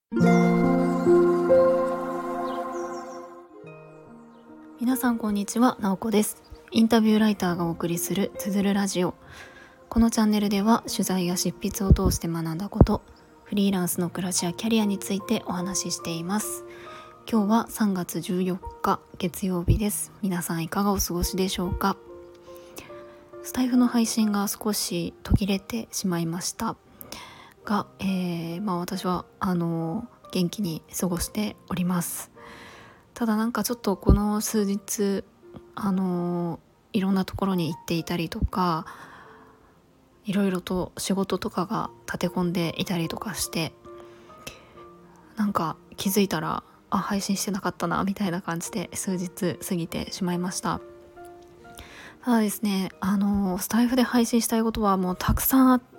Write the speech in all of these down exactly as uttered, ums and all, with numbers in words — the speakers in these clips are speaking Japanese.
皆さんこんにちは、なおこです。インタビューライターがお送りするつづるラジオ。このチャンネルでは取材や執筆を通して学んだこと、フリーランスの暮らしやキャリアについてお話ししています。今日はさんがつじゅうよっか月曜日です。皆さんいかがお過ごしでしょうか。スタイフの配信が少し途切れてしまいましたが、えーまあ、私はあの元気に過ごしております。ただなんかちょっとこの数日あのいろんなところに行っていたりとか、いろいろと仕事とかが立て込んでいたりとかして、なんか気づいたらあ配信してなかったなみたいな感じで数日過ぎてしまいました。ただですね、あのスタイフで配信したいことはもうたくさんあって、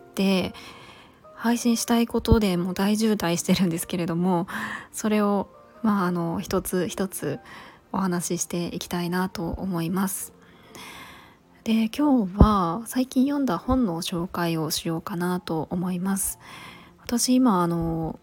配信したいことでもう大渋滞してるんですけれども、それをまああの一つ一つお話ししていきたいなと思います。で、今日は最近読んだ本の紹介をしようかなと思います。私今あの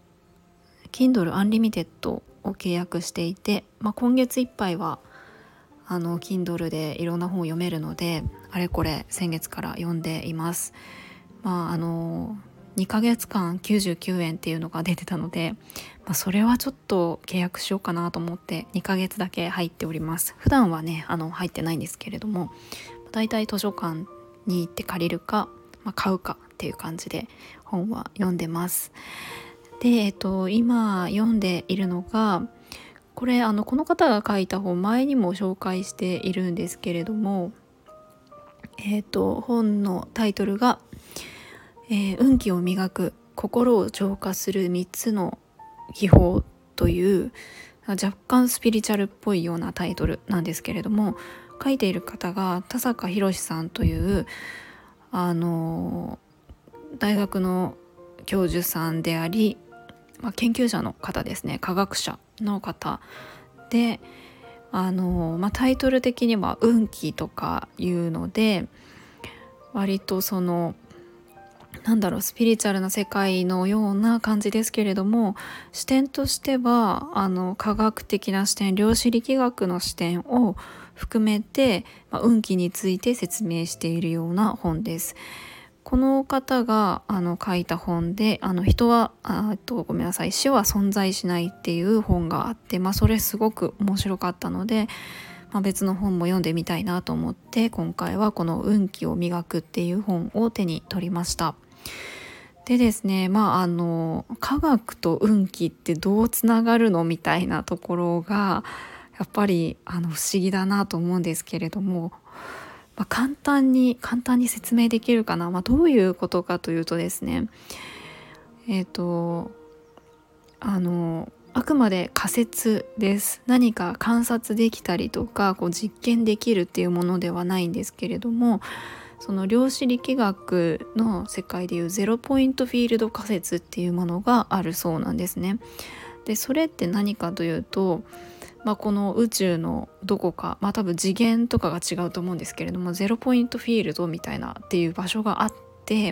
Kindle Unlimited を契約していて、まあ、今月いっぱいはあの Kindle でいろんな本を読めるので、あれこれ先月から読んでいます。まああのにかげつかんきゅうじゅうきゅうえんっていうのが出てたので、まあ、それはちょっと契約しようかなと思ってにかげつだけ入っております。普段はねあの入ってないんですけれども、だいたい図書館に行って借りるか、まあ、買うかっていう感じで本は読んでます。で、えっと、今読んでいるのがこれあのこの方が書いた本、前にも紹介しているんですけれども、えっと、本のタイトルがえー、運気を磨く心を浄化するみっつの技法という若干スピリチュアルっぽいようなタイトルなんですけれども、書いている方が田坂宏さんというあの大学の教授さんであり、まあ、研究者の方ですね、科学者の方で、あの、まあ、タイトル的には運気とかいうので、割とそのなんだろうスピリチュアルな世界のような感じですけれども、視点としてはあの科学的な視点、量子力学の視点を含めて、まあ、運気について説明しているような本です。この方があの書いた本で、あの人はあとごめんなさい死は存在しないっていう本があって、まあ、それすごく面白かったので、まあ、別の本も読んでみたいなと思って、今回はこの運気を磨くっていう本を手に取りました。でですね、まああの科学と運気ってどうつながるのみたいなところがやっぱりあの不思議だなと思うんですけれども、まあ、簡単に簡単に説明できるかな、まあ、どういうことかというとですね、えっとあのあくまで仮説です。何か観察できたりとかこう実験できるっていうものではないんですけれども、その量子力学の世界でいうゼロポイントフィールド仮説っていうものがあるそうなんですね。でそれって何かというと、まあ、この宇宙のどこか、まあ、多分次元とかが違うと思うんですけれども、ゼロポイントフィールドみたいなっていう場所があって、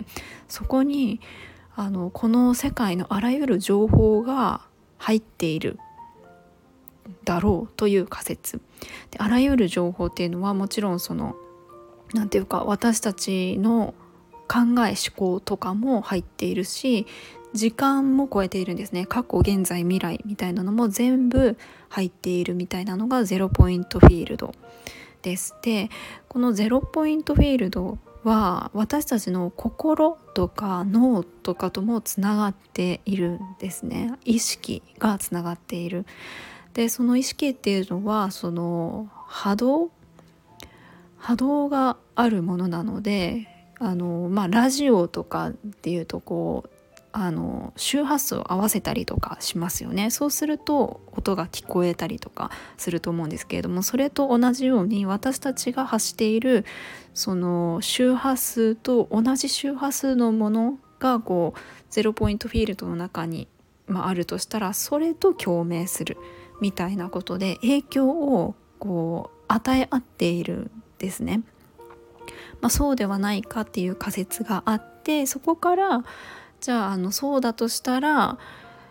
そこにあのこの世界のあらゆる情報が入っているだろうという仮説で、あらゆる情報っていうのはもちろんそのなんていうか私たちの考え思考とかも入っているし、時間も超えているんですね。過去現在未来みたいなのも全部入っているみたいなのがゼロポイントフィールドです。でこのゼロポイントフィールドは私たちの心とか脳とかともつながっているんですね。意識がつながっている。でその意識っていうのはその波動波動があるものなので、あの、まあ、ラジオとかっていうとこうあの周波数を合わせたりとかしますよね。そうすると音が聞こえたりとかすると思うんですけれども、それと同じように私たちが発しているその周波数と同じ周波数のものがこうゼロポイントフィールドの中に、まあ、あるとしたら、それと共鳴するみたいなことで影響をこう与え合っているですね。まあ、そうではないかっていう仮説があって、そこからじゃあ、あのそうだとしたら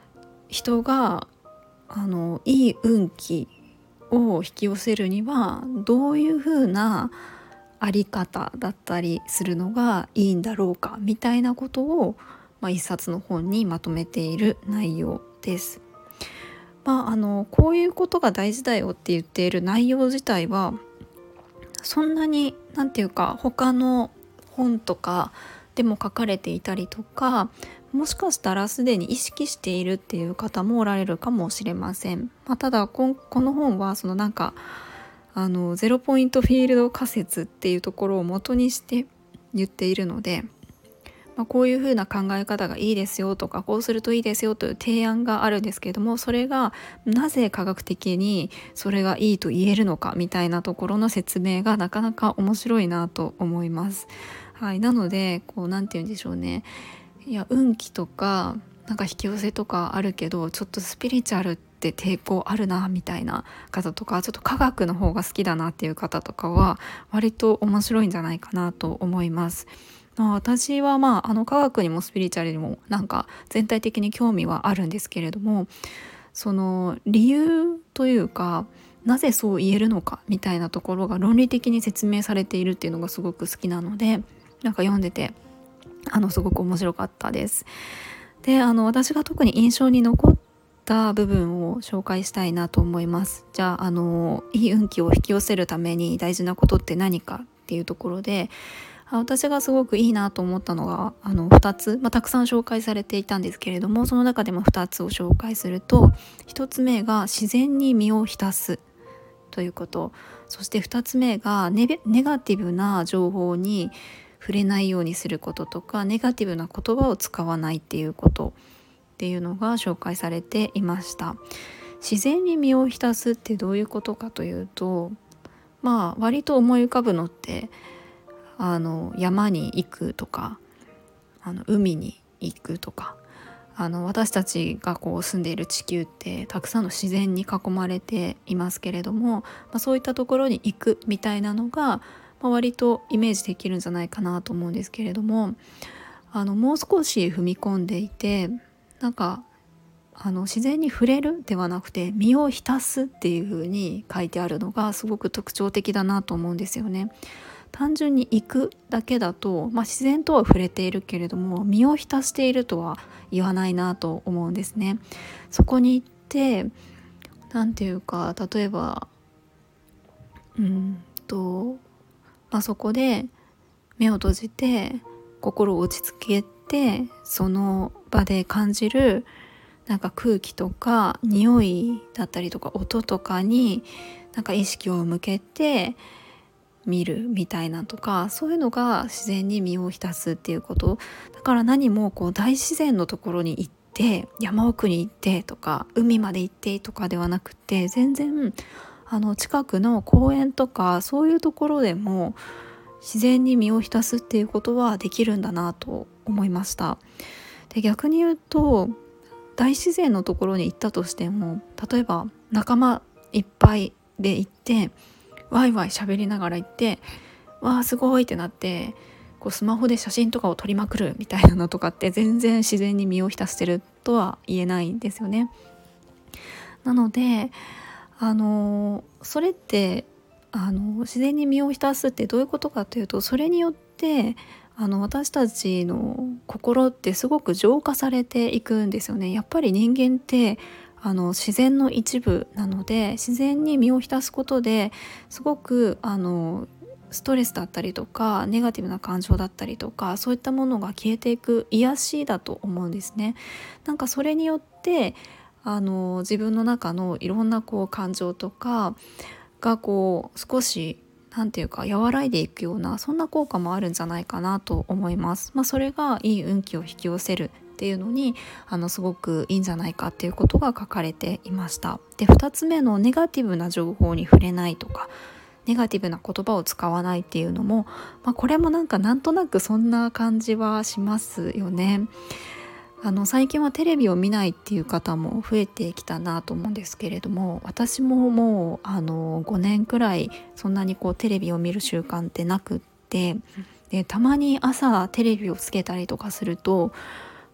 人があのいい運気を引き寄せるにはどういう風なあり方だったりするのがいいんだろうかみたいなことを、まあ、一冊の本にまとめている内容です。まあ、あのこういうことが大事だよって言っている内容自体はそんなになんていうか他の本とかでも書かれていたりとか、もしかしたらすでに意識しているっていう方もおられるかもしれません。まあ、ただここの本はそのなんかあのゼロポイントフィールド仮説っていうところを元にして言っているので、まあ、こういう風な考え方がいいですよとかこうするといいですよという提案があるんですけれども、それがなぜ科学的にそれがいいと言えるのかみたいなところの説明がなかなか面白いなと思います。はい、なのでこうなんて言うんでしょうね、いや運気とかなんか引き寄せとかあるけどちょっとスピリチュアルって抵抗あるなみたいな方とか、ちょっと科学の方が好きだなっていう方とかは割と面白いんじゃないかなと思います。まあ、私はまああの科学にもスピリチュアルにもなんか全体的に興味はあるんですけれども、その理由というかなぜそう言えるのかみたいなところが論理的に説明されているっていうのがすごく好きなので、なんか読んでてあのすごく面白かったです。で、あの私が特に印象に残った部分を紹介したいなと思います。じゃあ、あのいい運気を引き寄せるために大事なことって何かっていうところで、私がすごくいいなと思ったのがあのふたつ、まあ、たくさん紹介されていたんですけれども、その中でもふたつを紹介すると、ひとつめが自然に身を浸すということ、そしてふたつめがネ、ネガティブな情報に触れないようにすることとか、ネガティブな言葉を使わないっていうことっていうのが紹介されていました。自然に身を浸すってどういうことかというと、まあ割と思い浮かぶのってあの山に行くとかあの海に行くとか、あの私たちがこう住んでいる地球ってたくさんの自然に囲まれていますけれども、まあ、そういったところに行くみたいなのが、まあ、割とイメージできるんじゃないかなと思うんですけれども、あのもう少し踏み込んでいて、なんかあの自然に触れるではなくて身を浸すっていう風に書いてあるのがすごく特徴的だなと思うんですよね。単純に行くだけだと、まあ、自然とは触れているけれども身を浸しているとは言わないなと思うんですね。そこに行ってなんていうか、例えばうんと、まあ、そこで目を閉じて心を落ち着けて、その場で感じるなんか空気とか匂いだったりとか音とかになんか意識を向けて見るみたいなとか、そういうのが自然に身を浸すっていうこと。だから何もこう大自然のところに行って山奥に行ってとか海まで行ってとかではなくて、全然あの近くの公園とかそういうところでも自然に身を浸すっていうことはできるんだなと思いました。で、逆に言うと大自然のところに行ったとしても、例えば仲間いっぱいで行ってワイワイ喋りながら行ってわーすごいってなってこうスマホで写真とかを撮りまくるみたいなのとかって全然自然に身を浸してるとは言えないんですよね。なのであのそれってあの自然に身を浸すってどういうことかというと、それによってあの私たちの心ってすごく浄化されていくんですよね。やっぱり人間ってあの自然の一部なので、自然に身を浸すことですごくあのストレスだったりとかネガティブな感情だったりとかそういったものが消えていく癒しだと思うんですね。なんかそれによってあの自分の中のいろんなこう感情とかがこう少しなんていうか和らいでいくような、そんな効果もあるんじゃないかなと思います。まあ、それがいい運気を引き寄せるっていうのにあのすごくいいんじゃないかっていうことが書かれていました。で、ふたつめのネガティブな情報に触れないとかネガティブな言葉を使わないっていうのも、まあ、これもなんかなんとなくそんな感じはしますよね。あの最近はテレビを見ないっていう方も増えてきたなと思うんですけれども、私ももうあのごねんくらいそんなにこうテレビを見る習慣ってなくって、でたまに朝テレビをつけたりとかすると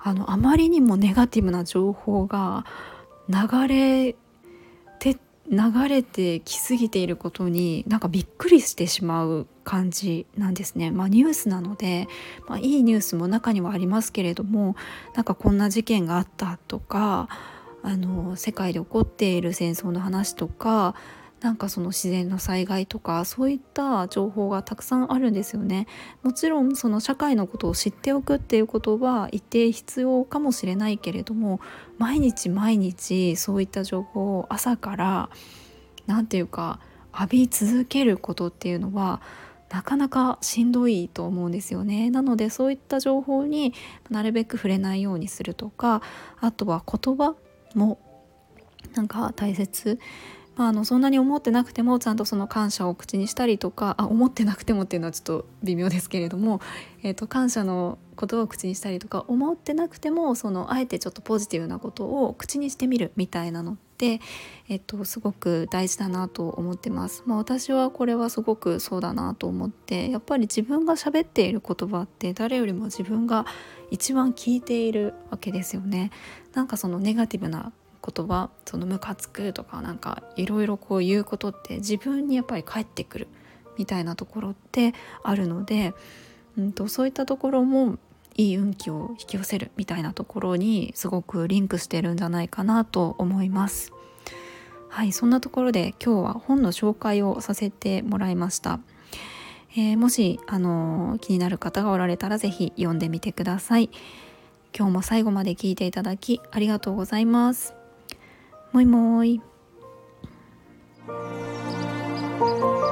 あのあまりにもネガティブな情報が流れて流れてきすぎていることになんかびっくりしてしまう感じなんですね。まあ、ニュースなので、まあ、いいニュースも中にはありますけれども、なんかこんな事件があったとか、あの世界で起こっている戦争の話とか、なんかその自然の災害とか、そういった情報がたくさんあるんですよね。もちろんその社会のことを知っておくっていうことは一定必要かもしれないけれども、毎日毎日そういった情報を朝からなんていうか浴び続けることっていうのはなかなかしんどいと思うんですよね。なのでそういった情報になるべく触れないようにするとか、あとは言葉もなんか大切。まあ、あのそんなに思ってなくてもちゃんとその感謝を口にしたりとか、あ思ってなくてもっていうのはちょっと微妙ですけれども、えーと感謝のことを口にしたりとか、思ってなくてもそのあえてちょっとポジティブなことを口にしてみるみたいなのって、えーとすごく大事だなと思ってます。まあ、私はこれはすごくそうだなと思って、やっぱり自分が喋っている言葉って誰よりも自分が一番聞いているわけですよね。なんかそのネガティブな言葉、そのムカつくとかなんかいろいろこう言うことって自分にやっぱり返ってくるみたいなところってあるので、うんとそういったところもいい運気を引き寄せるみたいなところにすごくリンクしてるんじゃないかなと思います。はい、そんなところで今日は本の紹介をさせてもらいました。えー、もし、あのー気になる方がおられたらぜひ読んでみてください。今日も最後まで聞いていただきありがとうございます。もいもーい。